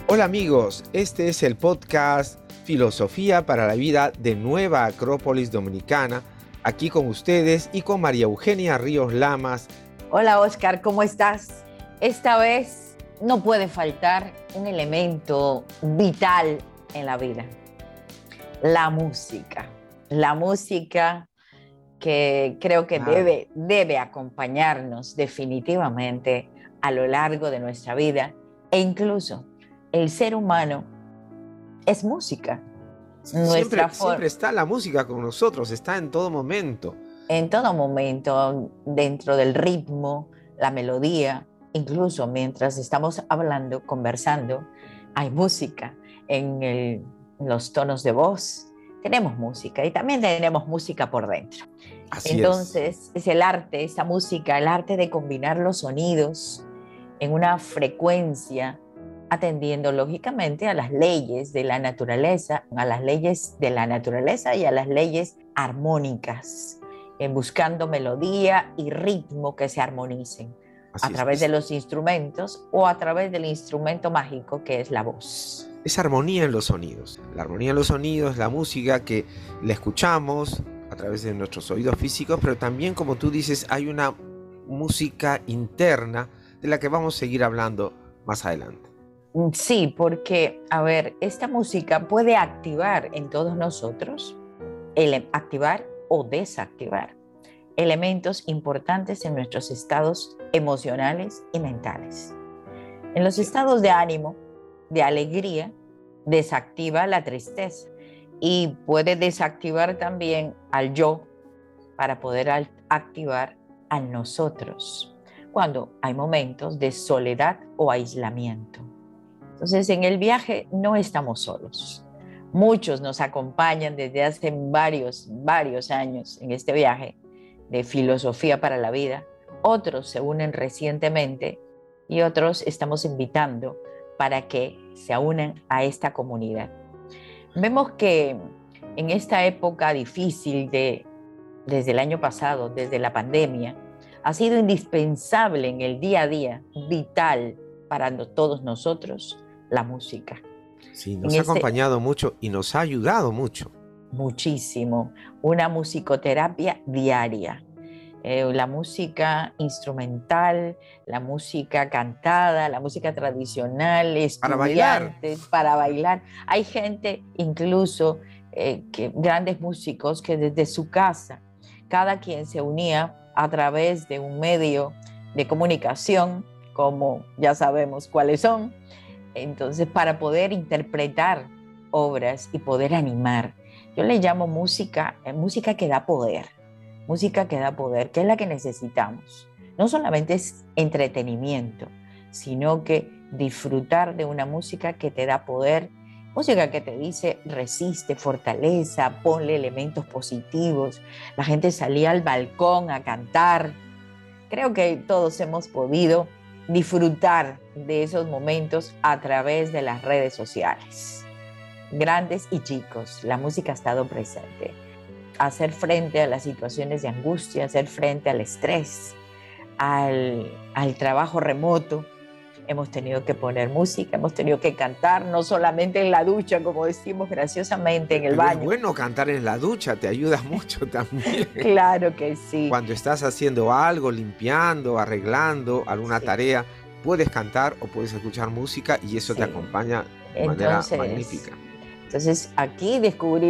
Hola amigos, este es el podcast Filosofía para la Vida de Nueva Acrópolis Dominicana, aquí con ustedes y con María Eugenia Ríos Lamas. Hola Oscar, ¿cómo estás? Esta vez no puede faltar un elemento vital en la vida, la música. La música que creo que Claro. debe acompañarnos definitivamente a lo largo de nuestra vida, e incluso el ser humano es música. Siempre está la música con nosotros, está en todo momento. En todo momento, dentro del ritmo, la melodía, incluso mientras estamos hablando, conversando, hay música en los tonos de voz. Tenemos música y también tenemos música por dentro. Así es. Entonces, es el arte, esa música, el arte de combinar los sonidos en una frecuencia, atendiendo lógicamente a las leyes de la naturaleza, y a las leyes armónicas, buscando melodía y ritmo que se armonicen Así a través de es. los instrumentos o a través del instrumento mágico que es la voz. Es armonía en los sonidos. La armonía en los sonidos, la música que la escuchamos a través de nuestros oídos físicos, pero también, como tú dices, hay una música interna de la que vamos a seguir hablando más adelante. Sí, porque, a ver, esta música puede activar en todos nosotros, activar o desactivar elementos importantes en nuestros estados emocionales y mentales. En los estados de ánimo, de alegría, desactiva la tristeza y puede desactivar también al yo para poder activar al nosotros cuando hay momentos de soledad o aislamiento. Entonces, en el viaje no estamos solos. Muchos nos acompañan desde hace varios años en este viaje de filosofía para la vida. Otros se unen recientemente y otros estamos invitando para que se unan a esta comunidad. Vemos que en esta época difícil desde el año pasado, desde la pandemia, ha sido indispensable en el día a día, vital para todos nosotros, la música. Sí, nos ha acompañado mucho y nos ha ayudado mucho. Muchísimo. Una musicoterapia diaria. La música instrumental, la música cantada, la música tradicional, estudiantes, para bailar. Hay gente, incluso grandes músicos, que desde su casa, cada quien se unía a través de un medio de comunicación, como ya sabemos cuáles son, entonces para poder interpretar obras y poder animar. Yo le llamo música que da poder, que es la que necesitamos. No solamente es entretenimiento, sino que disfrutar de una música que te da poder, música que te dice resiste, fortaleza, ponle elementos positivos. La gente salía al balcón a cantar. Creo que todos hemos podido disfrutar de esos momentos a través de las redes sociales. Grandes y chicos, la música ha estado presente. Hacer frente a las situaciones de angustia, hacer frente al estrés, al trabajo remoto. Hemos tenido que poner música, hemos tenido que cantar, no solamente en la ducha, como decimos graciosamente, en el baño. Es bueno cantar en la ducha, te ayuda mucho también. Claro que sí. Cuando estás haciendo algo, limpiando, arreglando alguna tarea, puedes cantar o puedes escuchar música y eso te acompaña de manera magnífica. Entonces aquí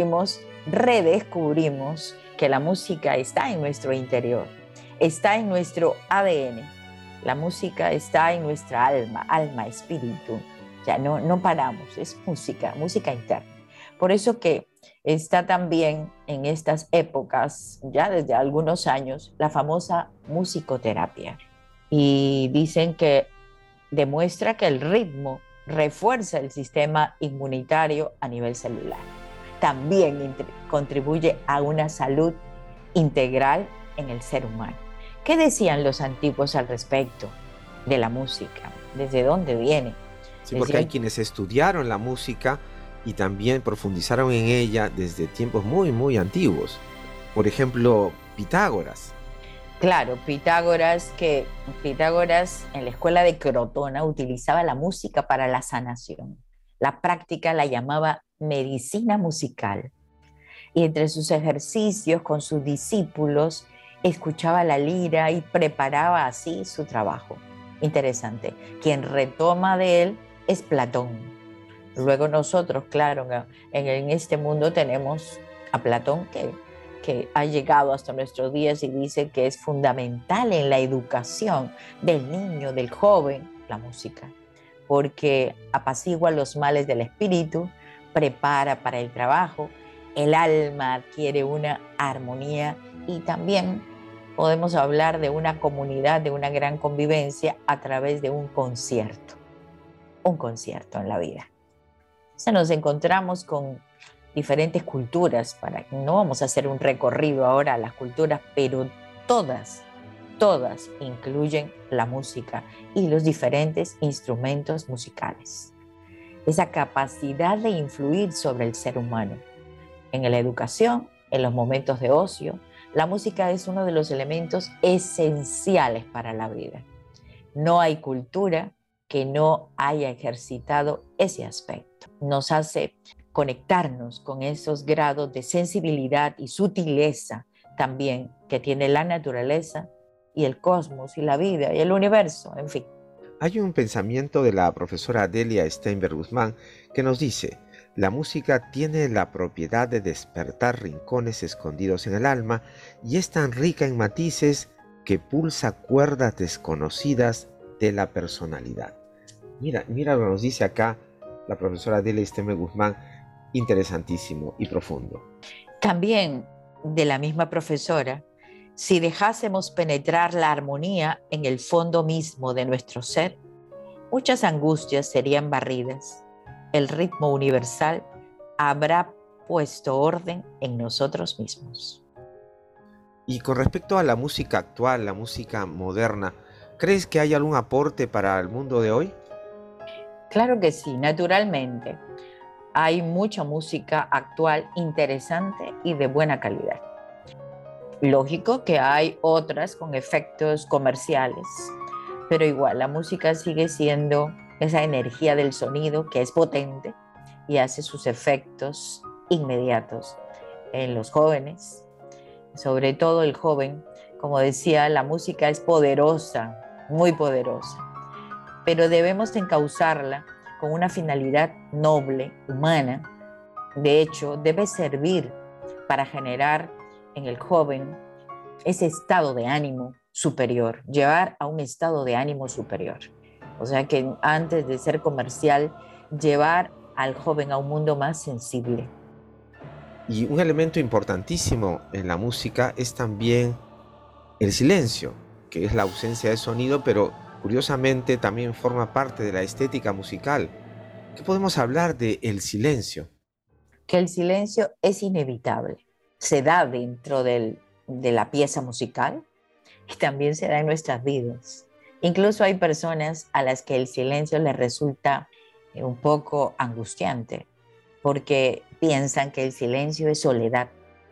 redescubrimos que la música está en nuestro interior, está en nuestro ADN. La música está en nuestra alma, espíritu. Ya no paramos, es música interna. Por eso que está también en estas épocas, ya desde algunos años, la famosa musicoterapia. Y dicen que demuestra que el ritmo refuerza el sistema inmunitario a nivel celular. También contribuye a una salud integral en el ser humano. ¿Qué decían los antiguos al respecto de la música? ¿Desde dónde viene? Sí, porque hay quienes estudiaron la música y también profundizaron en ella desde tiempos muy, muy antiguos. Por ejemplo, Pitágoras. Claro, Pitágoras en la escuela de Crotona utilizaba la música para la sanación. La práctica la llamaba medicina musical. Y entre sus ejercicios con sus discípulos, escuchaba la lira y preparaba así su trabajo. Interesante. Quien retoma de él es Platón. Luego nosotros, claro, en este mundo tenemos a Platón que ha llegado hasta nuestros días y dice que es fundamental en la educación del niño, del joven, la música, porque apacigua los males del espíritu, prepara para el trabajo, el alma adquiere una armonía y también podemos hablar de una comunidad, de una gran convivencia a través de un concierto en la vida. Entonces nos encontramos con diferentes culturas, no vamos a hacer un recorrido ahora a las culturas, pero todas incluyen la música y los diferentes instrumentos musicales. Esa capacidad de influir sobre el ser humano. En la educación, en los momentos de ocio, la música es uno de los elementos esenciales para la vida. No hay cultura que no haya ejercitado ese aspecto. Nos hace conectarnos con esos grados de sensibilidad y sutileza también que tiene la naturaleza y el cosmos y la vida y el universo, en fin. Hay un pensamiento de la profesora Delia Steinberg Guzmán que nos dice: la música tiene la propiedad de despertar rincones escondidos en el alma y es tan rica en matices que pulsa cuerdas desconocidas de la personalidad. Mira lo que nos dice acá la profesora Delia Steinberg Guzmán, interesantísimo y profundo. También de la misma profesora, si dejásemos penetrar la armonía en el fondo mismo de nuestro ser, muchas angustias serían barridas. El ritmo universal habrá puesto orden en nosotros mismos. Y con respecto a la música actual, la música moderna, ¿crees que hay algún aporte para el mundo de hoy? Claro que sí, naturalmente. Hay mucha música actual interesante y de buena calidad. Lógico que hay otras con efectos comerciales, pero igual la música sigue siendo esa energía del sonido que es potente y hace sus efectos inmediatos en los jóvenes, sobre todo el joven. Como decía, la música es poderosa, muy poderosa, pero debemos encauzarla con una finalidad noble, humana. De hecho, debe servir para generar en el joven ese estado de ánimo superior, llevar a un estado de ánimo superior. O sea que antes de ser comercial, llevar al joven a un mundo más sensible. Y un elemento importantísimo en la música es también el silencio, que es la ausencia de sonido, pero curiosamente también forma parte de la estética musical. ¿Qué podemos hablar de el silencio? Que el silencio es inevitable, se da dentro de la pieza musical y también se da en nuestras vidas. Incluso hay personas a las que el silencio les resulta un poco angustiante porque piensan que el silencio es soledad.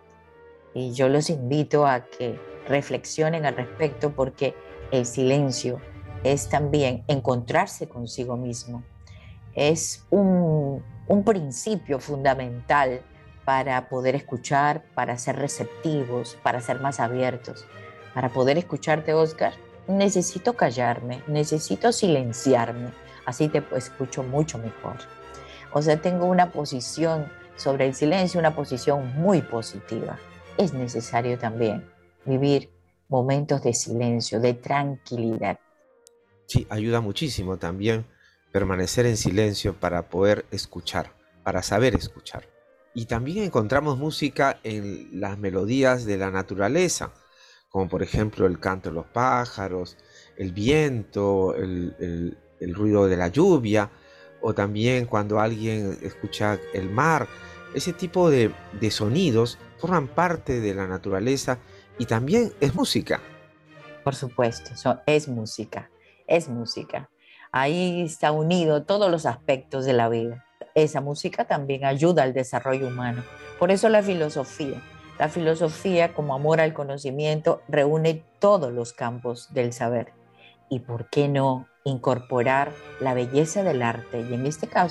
Y yo los invito a que reflexionen al respecto porque el silencio es también encontrarse consigo mismo. Es un principio fundamental para poder escuchar, para ser receptivos, para ser más abiertos. Para poder escucharte, Oscar, necesito callarme, necesito silenciarme, así te escucho mucho mejor. O sea, tengo una posición sobre el silencio, una posición muy positiva. Es necesario también vivir momentos de silencio, de tranquilidad. Sí, ayuda muchísimo también permanecer en silencio para poder escuchar, para saber escuchar. Y también encontramos música en las melodías de la naturaleza, como por ejemplo el canto de los pájaros, el viento, el ruido de la lluvia, o también cuando alguien escucha el mar. Ese tipo de sonidos forman parte de la naturaleza y también es música. Por supuesto, es música, es música. Ahí está unido todos los aspectos de la vida. Esa música también ayuda al desarrollo humano. Por eso la filosofía como amor al conocimiento reúne todos los campos del saber. ¿Y por qué no incorporar la belleza del arte? Y en este caso,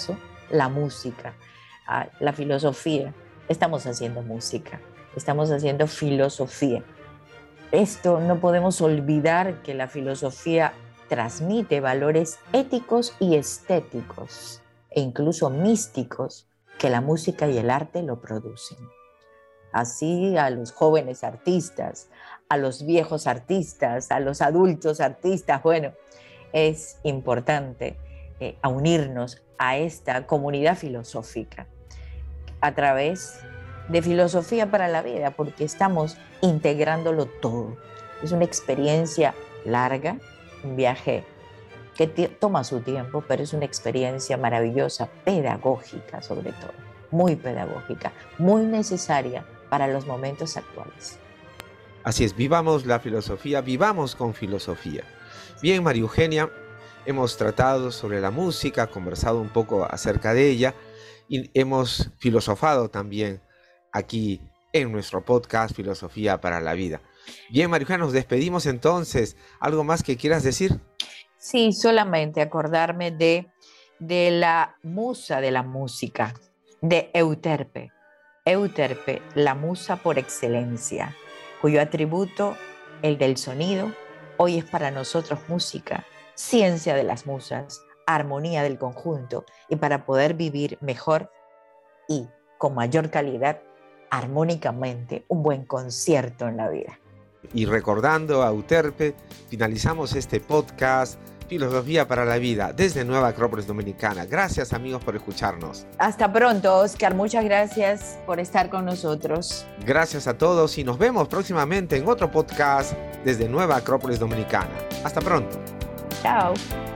la música, la filosofía. Estamos haciendo música, estamos haciendo filosofía. Esto no podemos olvidar que la filosofía transmite valores éticos y estéticos e incluso místicos que la música y el arte lo producen. Así a los jóvenes artistas, a los viejos artistas, a los adultos artistas, bueno, es importante unirnos a esta comunidad filosófica a través de Filosofía para la Vida, porque estamos integrándolo todo. Es una experiencia larga, un viaje que toma su tiempo, pero es una experiencia maravillosa, pedagógica sobre todo, muy pedagógica, muy necesaria para los momentos actuales. Así es, vivamos la filosofía, vivamos con filosofía. Bien, María Eugenia, hemos tratado sobre la música, conversado un poco acerca de ella y hemos filosofado también aquí en nuestro podcast Filosofía para la Vida. Bien, María Eugenia, nos despedimos entonces. ¿Algo más que quieras decir? Sí, solamente acordarme de la musa de la música, de Euterpe. Euterpe, la musa por excelencia, cuyo atributo, el del sonido, hoy es para nosotros música, ciencia de las musas, armonía del conjunto, y para poder vivir mejor y con mayor calidad, armónicamente, un buen concierto en la vida. Y recordando a Euterpe, finalizamos este podcast Filosofía para la Vida desde Nueva Acrópolis Dominicana. Gracias, amigos, por escucharnos. Hasta pronto, Oscar. Muchas gracias por estar con nosotros. Gracias a todos y nos vemos próximamente en otro podcast desde Nueva Acrópolis Dominicana. Hasta pronto. Chao.